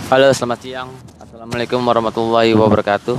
Halo, selamat siang. Assalamualaikum warahmatullahi wabarakatuh.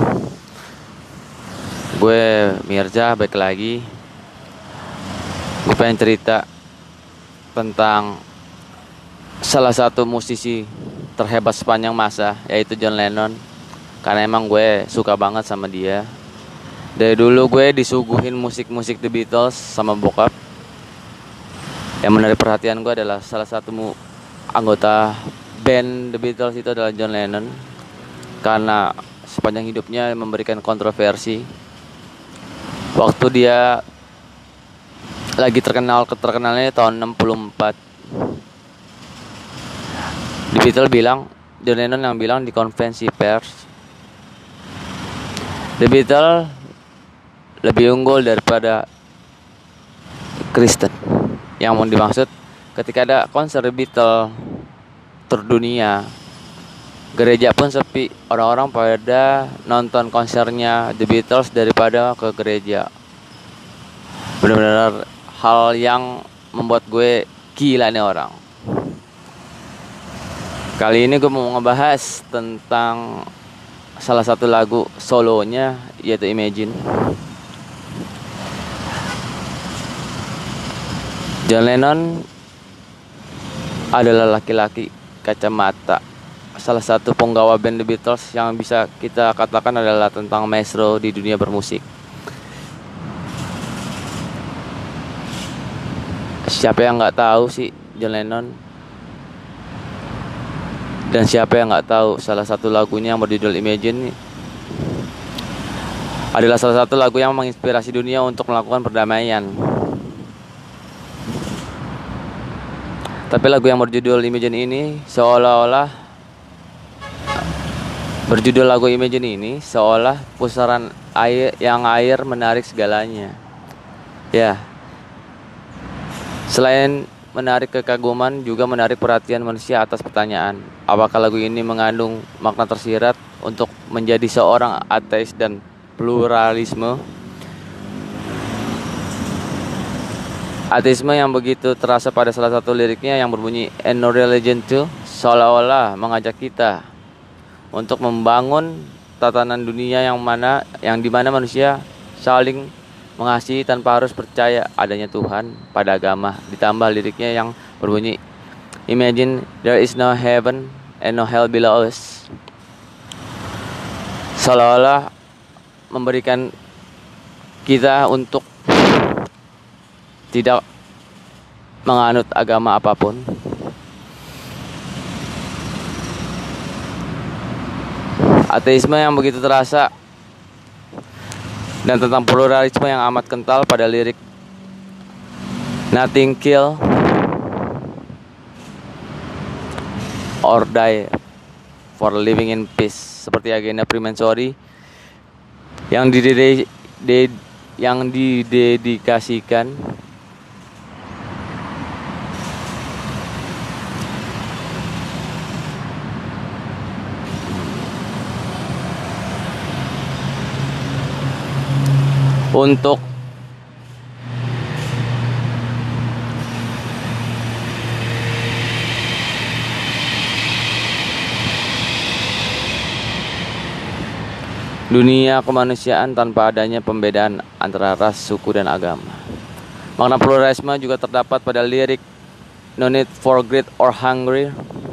Gue Mirza, balik lagi. Gue pengen cerita tentang salah satu musisi terhebat sepanjang masa, yaitu John Lennon. Karena emang gue suka banget sama dia. Dari dulu gue disuguhin musik-musik The Beatles sama bokap. Yang menarik perhatian gue adalah salah satu anggota band The Beatles itu adalah John Lennon. Karena sepanjang hidupnya memberikan kontroversi. Waktu dia lagi terkenalnya tahun 64, The Beatles bilang, John Lennon yang bilang di konferensi pers, The Beatles lebih unggul daripada Kristen. Yang mau dimaksud, ketika ada konser The Beatles terdunia, gereja pun sepi, orang-orang pada nonton konsernya The Beatles daripada ke gereja. Benar-benar hal yang membuat gue gila nih orang. Kali ini gue mau ngebahas tentang salah satu lagu solonya, yaitu Imagine. John Lennon adalah laki-laki kacamata, salah satu penggawa band The Beatles yang bisa kita katakan adalah tentang maestro di dunia bermusik. Siapa yang nggak tahu sih John Lennon? Dan siapa yang nggak tahu salah satu lagunya yang berjudul Imagine adalah salah satu lagu yang menginspirasi dunia untuk melakukan perdamaian. Tapi lagu yang berjudul Imagine ini seolah pusaran air menarik segalanya. Ya, selain menarik kekaguman, juga menarik perhatian manusia atas pertanyaan, apakah lagu ini mengandung makna tersirat untuk menjadi seorang ateis dan pluralisme? Ateisme yang begitu terasa pada salah satu liriknya yang berbunyi "And no religion too", seolah-olah mengajak kita untuk membangun tatanan dunia yang dimana manusia saling mengasihi tanpa harus percaya adanya Tuhan pada agama. Ditambah liriknya yang berbunyi "Imagine there is no heaven and no hell below us", seolah-olah memberikan kita untuk tidak menganut agama apapun. Ateisme yang begitu terasa dan tentang pluralisme yang amat kental pada lirik "Nothing kill or die for living in peace", seperti agenda Freemasonry yang didedikasikan untuk dunia kemanusiaan tanpa adanya pembedaan antara ras, suku, dan agama. Makna pluralisme juga terdapat pada lirik "No need for greed or hungry,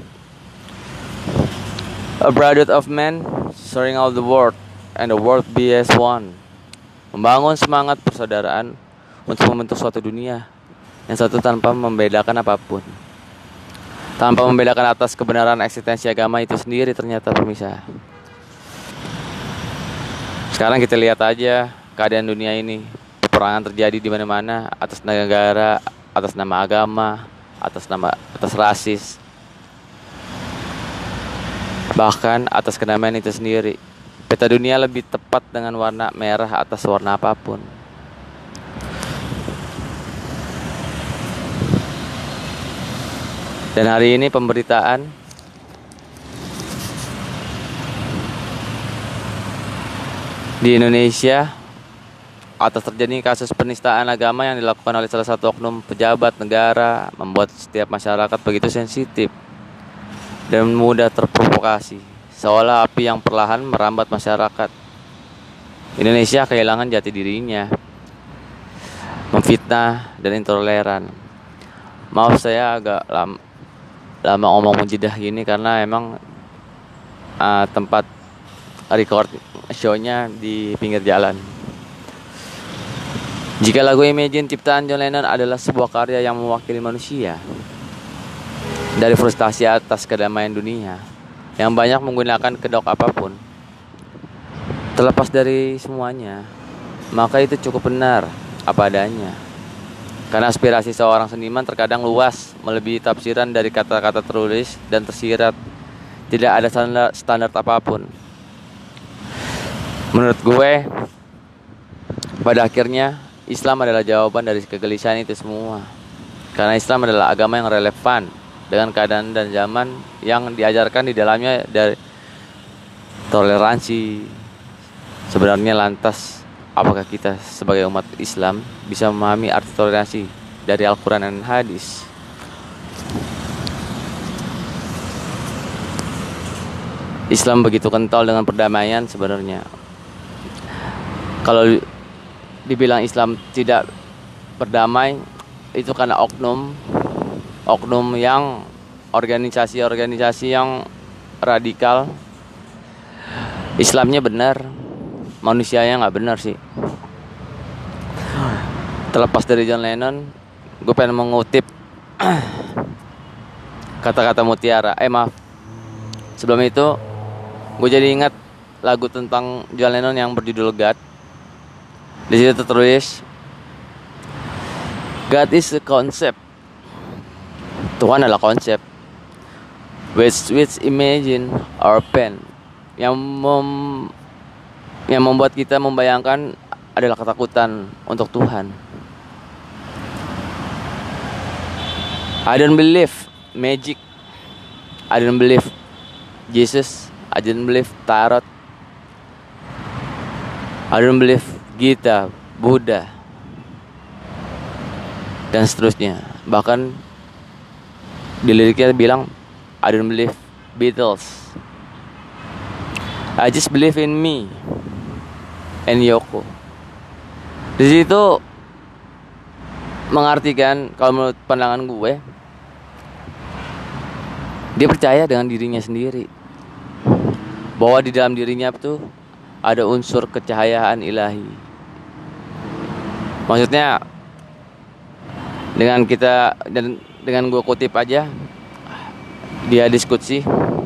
a brotherhood of men sharing all the world, and the world be as one", membangun semangat persaudaraan untuk membentuk suatu dunia yang satu tanpa membedakan apapun. Tanpa membedakan atas kebenaran eksistensi agama itu sendiri ternyata pemisah. Sekarang kita lihat aja keadaan dunia ini. Peperangan terjadi di mana-mana atas negara, atas nama agama, atas rasis, bahkan atas kedamaian itu sendiri. Peta dunia lebih tepat dengan warna merah atas warna apapun. Dan hari ini pemberitaan di Indonesia atas terjadi kasus penistaan agama yang dilakukan oleh salah satu oknum pejabat negara membuat setiap masyarakat begitu sensitif. dan mudah terprovokasi, seolah api yang perlahan merambat masyarakat. Indonesia kehilangan jati dirinya, memfitnah dan intoleran. Maaf saya agak lama ngomong menjedah gini karena emang tempat record show-nya di pinggir jalan. Jika lagu Imagine ciptaan John Lennon adalah sebuah karya yang mewakili manusia dari frustasi atas kedamaian dunia yang banyak menggunakan kedok apapun, terlepas dari semuanya, maka itu cukup benar apa adanya. Karena aspirasi seorang seniman terkadang luas, melebihi tafsiran dari kata-kata tertulis dan tersirat. Tidak ada standar apapun. Menurut gue, pada akhirnya Islam adalah jawaban dari kegelisahan itu semua. Karena Islam adalah agama yang relevan dengan keadaan dan zaman yang diajarkan di dalamnya dari toleransi. Sebenarnya lantas, apakah kita sebagai umat Islam bisa memahami arti toleransi dari Al-Quran dan Hadis? Islam begitu kental dengan perdamaian sebenarnya. Kalau dibilang Islam tidak berdamai, itu karena oknum yang organisasi yang radikal. Islamnya benar, manusianya nggak benar sih. Terlepas dari John Lennon, gue pengen mengutip kata-kata mutiara. Sebelum itu gue jadi ingat lagu tentang John Lennon yang berjudul God. Di situ tertulis, God is a concept. Tuhan adalah konsep. Which imagine our pain. Yang membuat kita membayangkan adalah ketakutan untuk Tuhan. I don't believe magic. I don't believe Jesus. I don't believe Tarot. I don't believe Gita, Buddha, dan seterusnya. Bahkan di liriknya bilang, I don't believe Beatles. I just believe in me and Yoko. Di situ mengartikan, kalau menurut pandangan gue, dia percaya dengan dirinya sendiri, bahwa di dalam dirinya tuh ada unsur kecahayaan ilahi. Maksudnya dengan gue kutip aja, dia diskusi,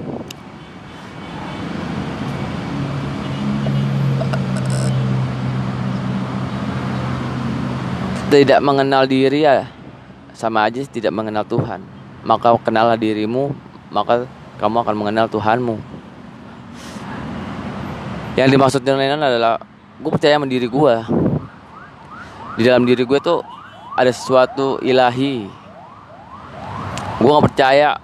tidak mengenal diri ya sama aja tidak mengenal Tuhan. Maka kenallah dirimu, maka kamu akan mengenal Tuhanmu. Yang dimaksud John Lennon adalah, gue percaya sama diri gue. Di dalam diri gue tuh ada sesuatu ilahi. Gue gak percaya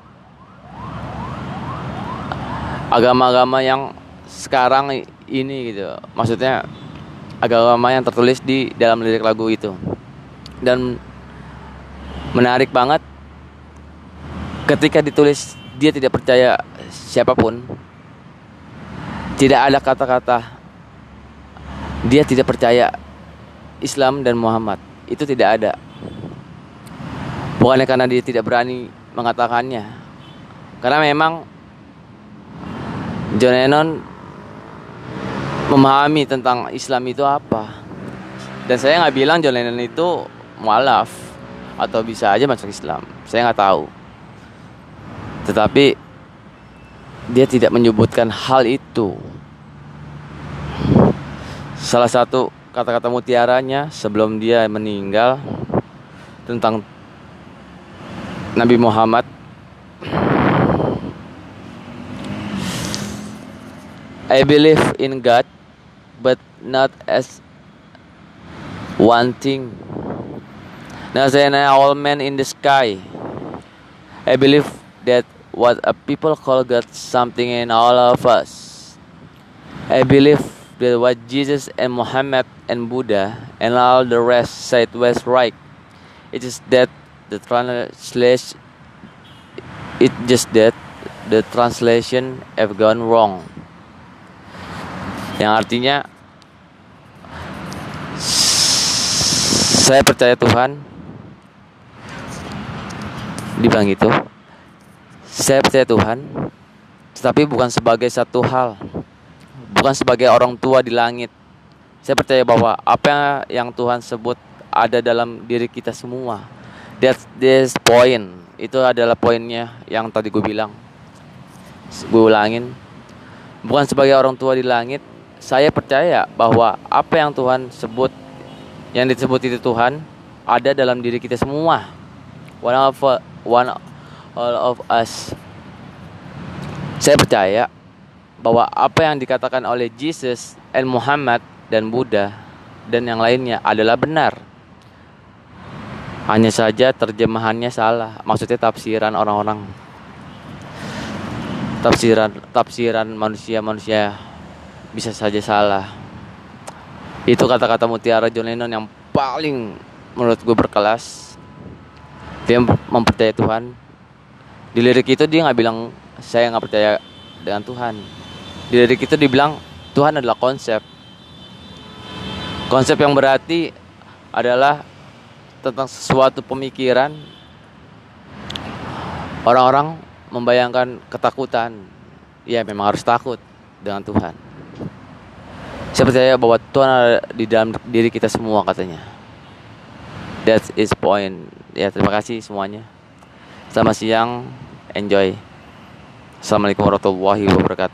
agama-agama yang sekarang ini gitu. Maksudnya agama yang tertulis di dalam lirik lagu itu. Dan menarik banget, ketika ditulis dia tidak percaya siapapun, tidak ada kata-kata dia tidak percaya Islam dan Muhammad. Itu tidak ada. Bukannya karena dia tidak berani mengatakannya, karena memang John Lennon memahami tentang Islam itu apa. Dan saya gak bilang John Lennon itu mualaf atau bisa aja masuk Islam, saya gak tahu. Tetapi dia tidak menyebutkan hal itu. Salah satu kata-kata mutiaranya sebelum dia meninggal tentang Nabi Muhammad, I believe in God, but not as one thing. Not as all men in the sky. I believe that what a people call God something in all of us. I believe that what Jesus and Muhammad and Buddha and all the rest said was right. It is that the translation. It just that the translation have gone wrong. Yang artinya saya percaya Tuhan. Dibilang gitu. Saya percaya Tuhan, tetapi bukan sebagai satu hal, bukan sebagai orang tua di langit. Saya percaya bahwa apa yang Tuhan sebut ada dalam diri kita semua. That's this point. Itu adalah poinnya yang tadi gue bilang. Gue ulangin. Bukan sebagai orang tua di langit. Saya percaya bahwa apa yang Tuhan sebut, yang disebut itu Tuhan, ada dalam diri kita semua. All of us. Saya percaya bahwa apa yang dikatakan oleh Jesus and Muhammad dan Buddha dan yang lainnya adalah benar. Hanya saja terjemahannya salah. Maksudnya tafsiran orang-orang, tafsiran manusia bisa saja salah. Itu kata-kata mutiara John Lennon yang paling menurut gue berkelas. Dia mempercayai Tuhan. Di lirik itu dia gak bilang saya gak percaya dengan Tuhan. Di lirik itu dibilang Tuhan adalah konsep. Konsep yang berarti adalah tentang sesuatu pemikiran. Orang-orang membayangkan ketakutan. Ya memang harus takut dengan Tuhan. Saya percaya bahwa Tuhan ada di dalam diri kita semua katanya. That is point. Ya terima kasih semuanya. Selamat siang. Enjoy. Assalamualaikum warahmatullahi wabarakatuh.